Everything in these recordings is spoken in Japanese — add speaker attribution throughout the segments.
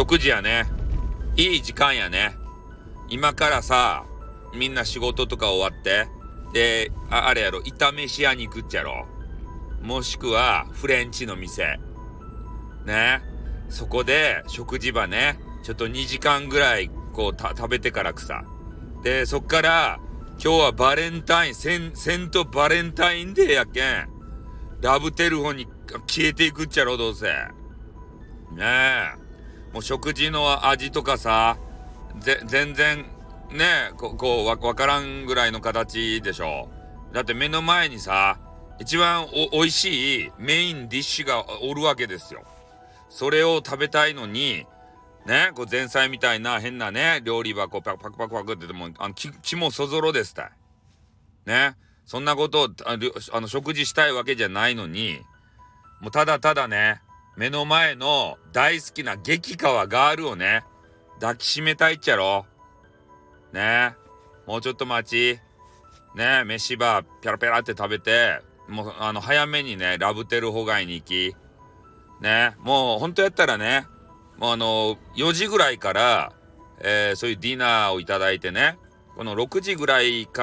Speaker 1: 6時やね。いい時間やね。今からさ、みんな仕事とか終わって、で、あれやろ、炒めし屋に行くっちゃろ。もしくは、フレンチの店。ね。そこで、食事場ね、ちょっと2時間ぐらい、こう、食べてからくさ。で、そっから、今日はバレンタイン、セントバレンタインデーやけん、ラブテルフォンに消えていくっちゃろ、どうせ。ねえ。もう食事の味とかさ、全然、ねえ、わからんぐらいの形でしょ。だって目の前にさ、一番美味しいメインディッシュがおるわけですよ。それを食べたいのに、ね、こう前菜みたいな変なね、料理箱パクパクパクパクって言っても、気もそぞろですたい。ね。そんなことを、食事したいわけじゃないのに、もうただただね、目の前の大好きな激川ガールをね、抱きしめたいっちゃろ。ね。もうちょっと待ち。ね、飯ばペラペラって食べて、もう早めにね、ラブテルホ街に行き、ね、もう本当やったらね、もう4時ぐらいから、そういうディナーをいただいてね、この6時ぐらいから、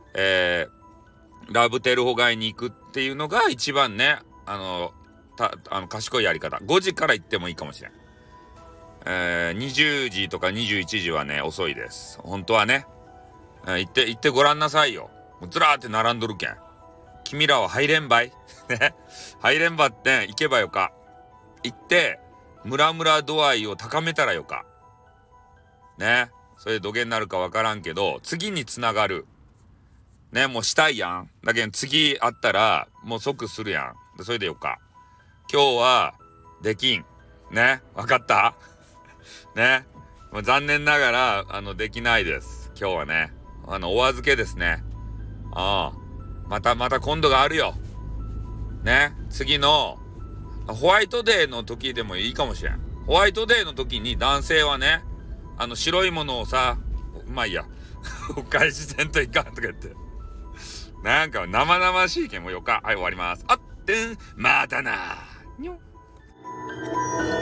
Speaker 1: ラブテルホ街に行くっていうのが一番ね、賢いやり方。5時から行ってもいいかもしれん。20時とか21時はね、遅いです。本当はね。行ってごらんなさいよ。もうずらーって並んどるけん。君らは入れんばいね。入れんばって行けばよか。行って、ムラムラ度合いを高めたらよか。ね。それでどげになるかわからんけど、次につながる。ね、もうしたいやん。だけど次会ったら、もう即するやん。それでよか。今日は、できん。ね。わかったね。もう残念ながら、できないです。今日はね。お預けですね。また今度があるよ。ね。次の、ホワイトデーの時でもいいかもしれん。ホワイトデーの時に男性はね、白いものをさ、まあいいや。お返しせんといかんとか言って。なんか生々しいけんもよか。はい、終わります。あってん、またな。にょ。